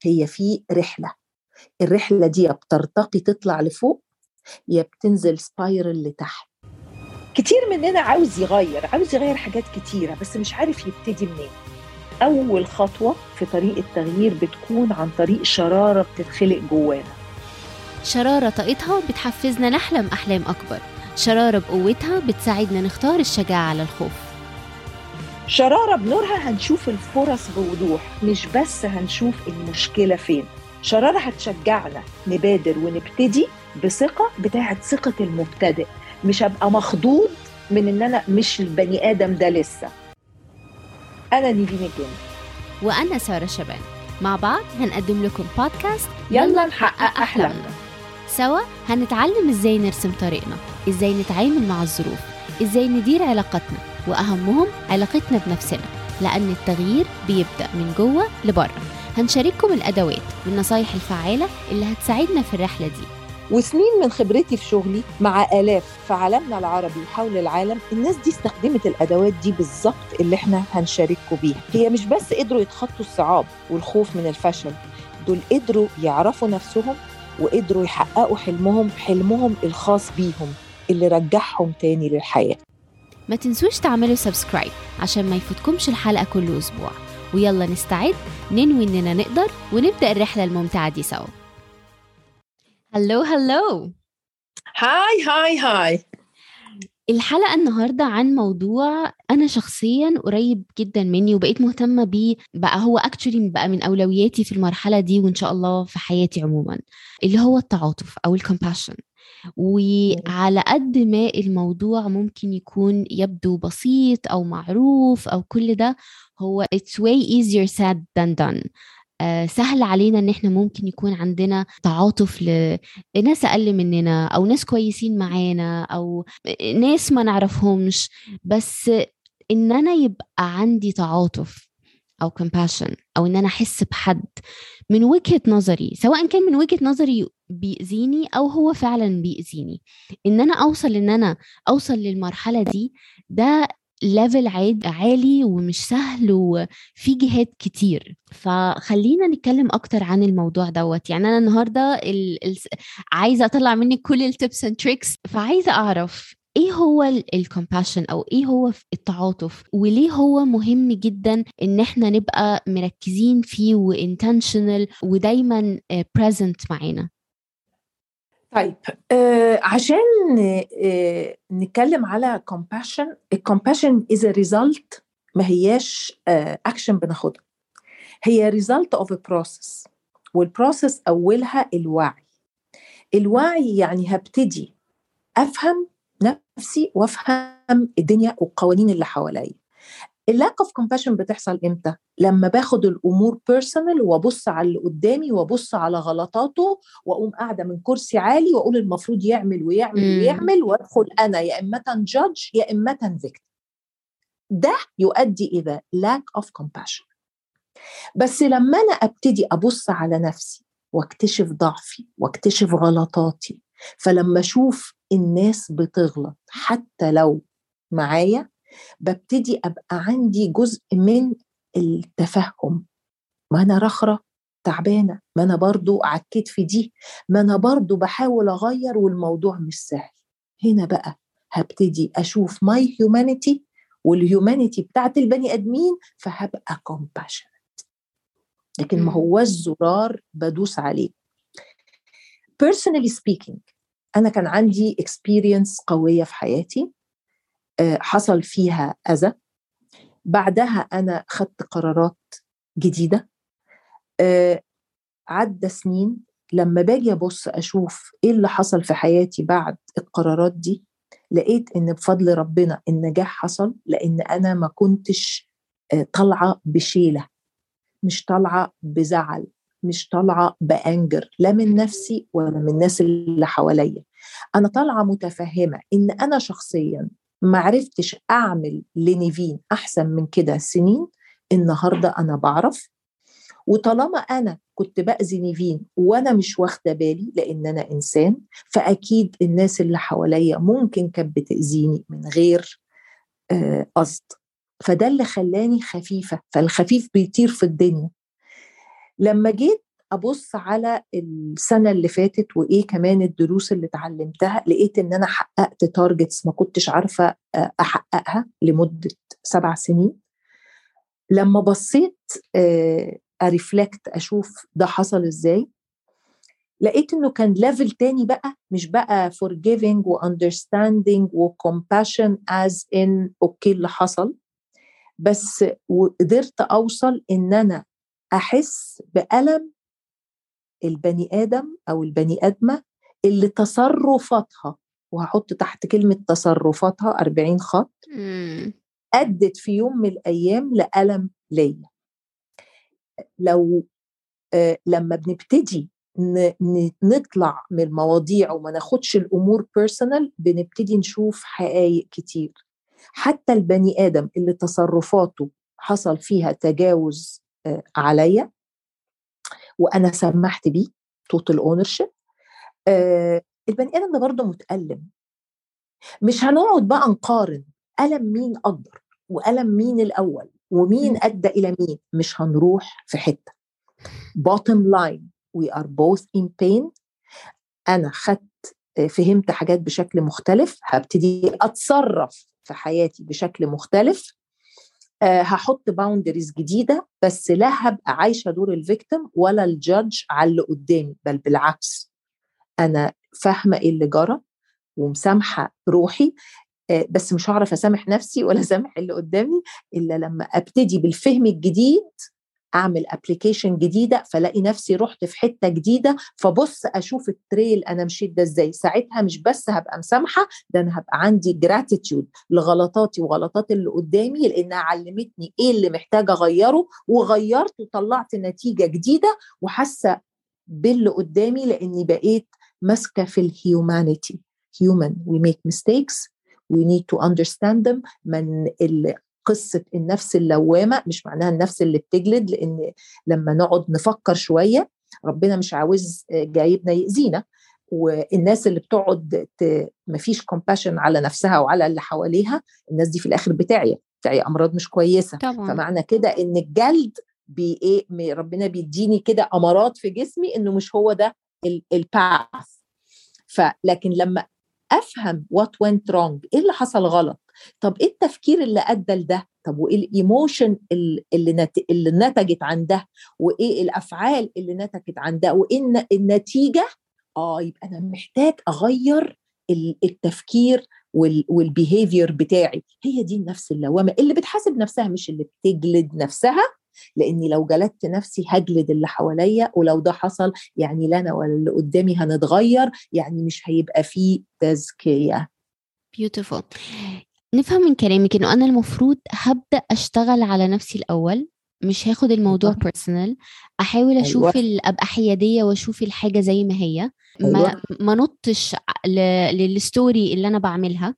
هي في رحلة. الرحلة دي يا بترتقي تطلع لفوق يا بتنزل سبايرل لتحت. كتير مننا عاوز يغير حاجات كتيرة بس مش عارف يبتدي منين. أول خطوة في طريق التغيير بتكون عن طريق شرارة بتتخلق جوانا. شرارة طاقتها بتحفزنا نحلم أحلام أكبر، شرارة بقوتها بتساعدنا نختار الشجاعة على الخوف. شرارة بنورها هنشوف الفرص بوضوح، مش بس هنشوف المشكلة فين. شرارة هتشجعنا نبادر ونبتدي بثقة، بتاعت ثقة المبتدئ، مش هبقى مخضوض من ان انا مش البني آدم ده لسه. انا نيفين الجن وأنا سارة شبان، مع بعض هنقدم لكم بودكاست يلا نحقق أحلامنا. سوا هنتعلم إزاي نرسم طريقنا، إزاي نتعامل مع الظروف، إزاي ندير علاقتنا، وأهمهم علاقتنا بنفسنا، لأن التغيير بيبدأ من جوه لبره. هنشارككم الأدوات والنصايح الفعالة اللي هتساعدنا في الرحلة دي. وسنين من خبرتي في شغلي مع آلاف في عالمنا العربي وحول العالم، الناس دي استخدمت الأدوات دي بالظبط اللي احنا هنشارككم بيها. هي مش بس قدروا يتخطوا الصعاب والخوف من الفشل، دول قدروا يعرفوا نفسهم وقدروا يحققوا حلمهم الخاص بيهم اللي رجعهم تاني للحياة. ما تنسوش تعملوا سبسكرايب عشان ما يفوتكمش الحلقة كل أسبوع، ويلا نستعد ننوي إننا نقدر ونبدأ الرحلة الممتعة دي سوا. هلو هاي. الحلقة النهاردة عن موضوع أنا شخصياً قريب جداً مني وبقيت مهتمة بيه، بقى هو بقى من أولوياتي في المرحلة دي وإن شاء الله في حياتي عموماً، اللي هو التعاطف أو الكومباشن. وعلى قد ما الموضوع ممكن يكون يبدو بسيط أو معروف أو كل ده، هو it's way easier said than done. سهل علينا ان احنا ممكن يكون عندنا تعاطف لناس اقل مننا او ناس كويسين معانا او ناس ما نعرفهمش، بس ان انا يبقى عندي تعاطف او compassion او ان انا احس بحد من وجهة نظري، سواء كان من وجهة نظري بيأذيني او هو فعلا بيأذيني، ان انا اوصل للمرحلة دي، ده ليفل عالي ومش سهل وفي جهات كتير. فخلينا نتكلم اكتر عن الموضوع دوت. يعني انا النهارده عايزه اطلع منك كل التيبس اند تريكس، فعايزه اعرف ايه هو الكومباشن او ايه هو التعاطف، وليه هو مهم جدا ان احنا نبقى مركزين فيه وانتنشنال ودايما present معانا. طيب عشان نتكلم على compassion. الcompassion is a result، ما هياش action بناخدها، هي result of a process، والبروسيس أولها الوعي يعني هبتدي أفهم نفسي وأفهم الدنيا والقوانين اللي حواليا. اللاك اوف كومباشن بتحصل امتى؟ لما باخد الامور بيرسونال وابص على اللي قدامي وابص على غلطاته واقوم قاعده من كرسي عالي واقول المفروض يعمل ويعمل وادخل انا يا اما جادج يا اما فيكتيم. ده يؤدي الى لاك اوف كومباشن. بس لما انا ابتدي ابص على نفسي واكتشف ضعفي واكتشف غلطاتي، فلما اشوف الناس بتغلط حتى لو معايا، ببتدي أبقى عندي جزء من التفهم. ما أنا رخرة تعبانة، ما أنا برضو عكيت في دي، ما أنا برضو بحاول أغير والموضوع مش سهل. هنا بقى هبتدي أشوف ماي هيومانيتي والهيومانيتي بتاعت البني أدمين، فهبقى compassionate. لكن ما هو الزرار بدوس عليه. Personally speaking، أنا كان عندي experience قوية في حياتي حصل فيها أذى، بعدها أنا خدت قرارات جديدة. عدى سنين، لما باجي أبص أشوف إيه اللي حصل في حياتي بعد القرارات دي، لقيت إن بفضل ربنا النجاح حصل، لأن أنا ما كنتش طالعة بشيلة، مش طالعة بزعل، مش طالعة بأنجر لا من نفسي ولا من الناس اللي حواليا. أنا طالعة متفهمة إن أنا شخصياً ما عرفتش أعمل لنيفين أحسن من كده سنين، النهاردة أنا بعرف. وطالما أنا كنت بأذي نيفين وأنا مش واخدة بالي لأن أنا إنسان، فأكيد الناس اللي حواليا ممكن كانت بتأذيني من غير قصد. فده اللي خلاني خفيفة، فالخفيف بيطير في الدنيا. لما جيت ابص على السنه اللي فاتت وايه كمان الدروس اللي اتعلمتها، لقيت ان انا حققت تارجتس ما كنتش عارفه احققها لمده 7 سنين. لما بصيت اريفلكت اشوف ده حصل ازاي، لقيت انه كان ليفل تاني بقى، مش بقى forgiving و understanding و compassion as in اوكي اللي حصل، بس وقدرت اوصل ان انا احس بألم البني آدم أو البني آدمة اللي تصرفاتها، وهحط تحت كلمة تصرفاتها 40 خط، أدت في يوم من الأيام لألم ليا. لو لما بنبتدي نطلع من المواضيع وما ناخدش الأمور بيرسونال، بنبتدي نشوف حقائق كتير. حتى البني آدم اللي تصرفاته حصل فيها تجاوز عليا وأنا سمحت بيه total ownership، البني آدم ده برضه متألم. مش هنقعد بقى نقارن ألم مين أكبر وألم مين الأول ومين أدى إلى مين، مش هنروح في حتة. bottom line we are both in pain. أنا فهمت حاجات بشكل مختلف، هبتدي أتصرف في حياتي بشكل مختلف، هحط باوندريز جديدة، بس لا هبقى عايشة دور الفيكتيم ولا الجادج على اللي قدامي، بل بالعكس أنا فاهمة إيه اللي جرى ومسامحة روحي. بس مش هعرف أسامح نفسي ولا أسامح اللي قدامي إلا لما أبتدي بالفهم الجديد، أعمل أبليكيشن جديدة، فلاقي نفسي رحت في حتة جديدة، فبص أشوف التريل أنا مشيت ده إزاي. ساعتها مش بس هبقى مسامحة، ده أنا هبقى عندي جراتيتيود لغلطاتي وغلطات اللي قدامي، لأنها علمتني إيه اللي محتاجة أغيره، وغيرت وطلعت نتيجة جديدة، وحاسة باللي قدامي لأني بقيت ماسكة في الهيومانيتي. human we make mistakes we need to understand them. من قصة النفس اللوامة مش معناها النفس اللي بتجلد، لأن لما نقعد نفكر شوية ربنا مش عاوز جايبنا يأذينا، والناس اللي بتقعد مفيش compassion على نفسها وعلى اللي حواليها، الناس دي في الآخر بتعي أمراض مش كويسة طبعا. فمعنى كده إن الجلد ربنا بيديني كده أمراض في جسمي إنه مش هو ده الباث. لكن لما أفهم what went wrong، إيه اللي حصل غلط، طب إيه التفكير اللي أدى لده، طب وإيه الإيموشن اللي نتجت عن ده، وإيه الأفعال اللي نتجت عن ده، وإيه النتيجة، يبقى أنا محتاج أغير التفكير والبيهيفير بتاعي. هي دي النفس اللوامة اللي بتحاسب نفسها، مش اللي بتجلد نفسها، لاني لو جلدت نفسي هجلد اللي حواليا، ولو ده حصل يعني لا انا ولا اللي قدامي هنتغير، يعني مش هيبقى فيه تزكية. beautiful. نفهم من كلامك انه انا المفروض هبدأ اشتغل على نفسي الاول، مش هاخد الموضوع بيرسونال، احاول اشوف ابقى حيادية واشوف الحاجة زي ما هي، ما نطش للستوري اللي انا بعملها،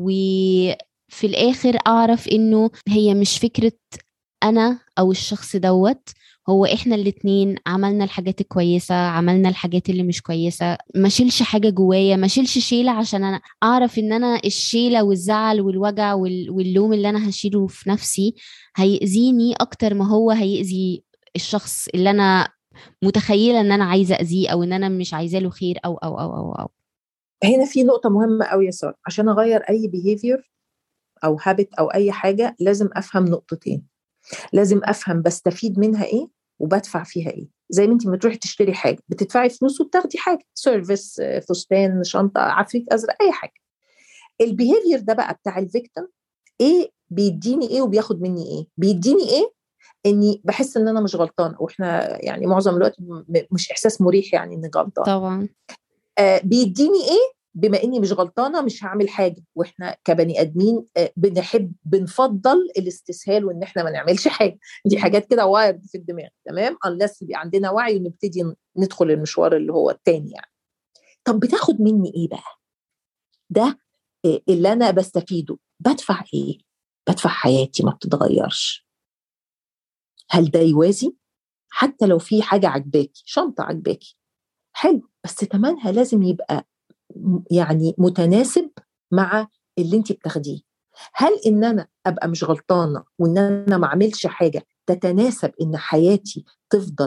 وفي الاخر اعرف انه هي مش فكرة انا او الشخص دوت، هو احنا الاتنين عملنا الحاجات الكويسة، عملنا الحاجات اللي مش كويسة، ما شيلش حاجة جوايا، ما شيلش شيلة عشان انا اعرف ان انا الشيلة والزعل والوجع واللوم اللي انا هشيله في نفسي هيأذيني اكتر ما هو هيأذي الشخص اللي انا متخيلة ان انا عايزة اذيه، او ان انا مش عايزة له خير او. هنا في نقطة مهمة قوي يا سارة، عشان اغير اي بيهيفير او هابت او اي حاجة لازم افهم نقطتين. لازم افهم بستفيد منها ايه وبدفع فيها ايه. زي ما انت بتروحي تشتري حاجه بتدفعي فلوس وبتاخدي حاجه، سيرفيس، فستان، شنطه، عفريت ازرق، اي حاجه. البيهيفير ده بقى بتاع الفيكتيم، ايه بيديني ايه وبياخد مني ايه؟ بيديني ايه؟ اني بحس ان انا مش غلطان، واحنا يعني معظم الوقت مش احساس مريح يعني اني غلطان طبعا. بيديني ايه؟ بما اني مش غلطانه مش هعمل حاجه، واحنا كبني ادمين بنفضل الاستسهال وان احنا ما نعملش حاجه. دي حاجات كده وايرد في الدماغ، تمام، unless يبقى عندنا وعي ونبتدي ندخل المشوار اللي هو التاني يعني. طب بتاخد مني ايه بقى؟ ده اللي انا بستفيده. بدفع ايه؟ بدفع حياتي ما بتتغيرش. هل ده يوازي؟ حتى لو في حاجه عجباكي، شنطه عجباكي، حلو، بس تمنها لازم يبقى يعني متناسب مع اللي انت بتاخديه. هل ان انا ابقى مش غلطانه وان انا ما اعملش حاجه تتناسب ان حياتي تفضل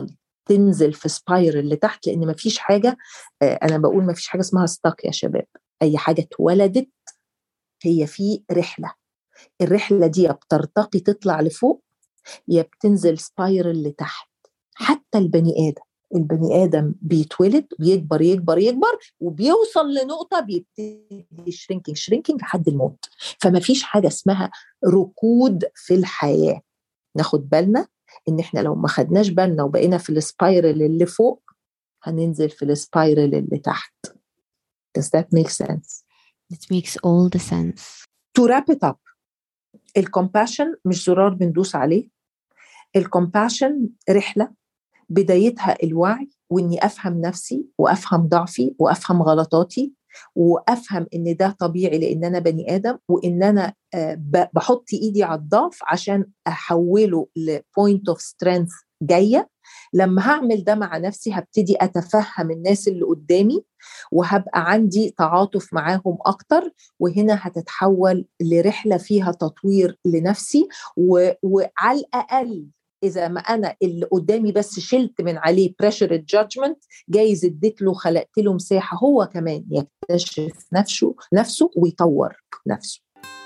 تنزل في سبايرل لتحت، لان مفيش حاجه، انا بقول مفيش حاجه اسمها ستاك يا شباب. اي حاجه اتولدت هي في رحله، الرحله دي يا بترتقي تطلع لفوق يا بتنزل سبايرل لتحت. حتى البني ادم بيتولد بيكبر يكبر يكبر وبيوصل لنقطه بيبتدي شرينكينج لحد الموت. فما فيش حاجه اسمها ركود في الحياه. ناخد بالنا ان احنا لو ما خدناش بالنا وبقينا في السبايرل اللي فوق هننزل في السبايرل اللي تحت. Does that make sense? It makes all the sense. To wrap it up, الcompassion مش زرار بندوس عليه. الcompassion رحلة بدايتها الوعي، وإني أفهم نفسي وأفهم ضعفي وأفهم غلطاتي وأفهم إن ده طبيعي لأن أنا بني آدم، وإن أنا بحط إيدي على الضعف عشان أحوله لpoint of strength جاية. لما هعمل ده مع نفسي هبتدي أتفهم الناس اللي قدامي وهبقى عندي تعاطف معاهم أكتر، وهنا هتتحول لرحلة فيها تطوير لنفسي. وعلى الأقل إذا ما أنا اللي قدامي بس شلت من عليه pressure judgment، جايز اديت له خلقت له مساحة هو كمان يكتشف نفسه ويطور نفسه.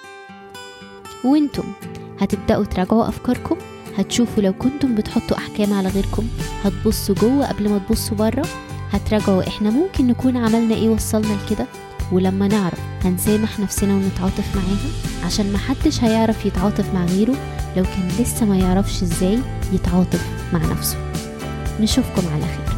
وانتم هتبدأوا تراجعوا أفكاركم، هتشوفوا لو كنتم بتحطوا أحكام على غيركم، هتبصوا جوه قبل ما تبصوا بره، هتراجعوا إحنا ممكن نكون عملنا إيه وصلنا لكده، ولما نعرف هنسامح نفسنا ونتعاطف معاهم، عشان محدش هيعرف يتعاطف مع غيره لو كان لسه ما يعرفش إزاي يتعاطف مع نفسه. نشوفكم على خير.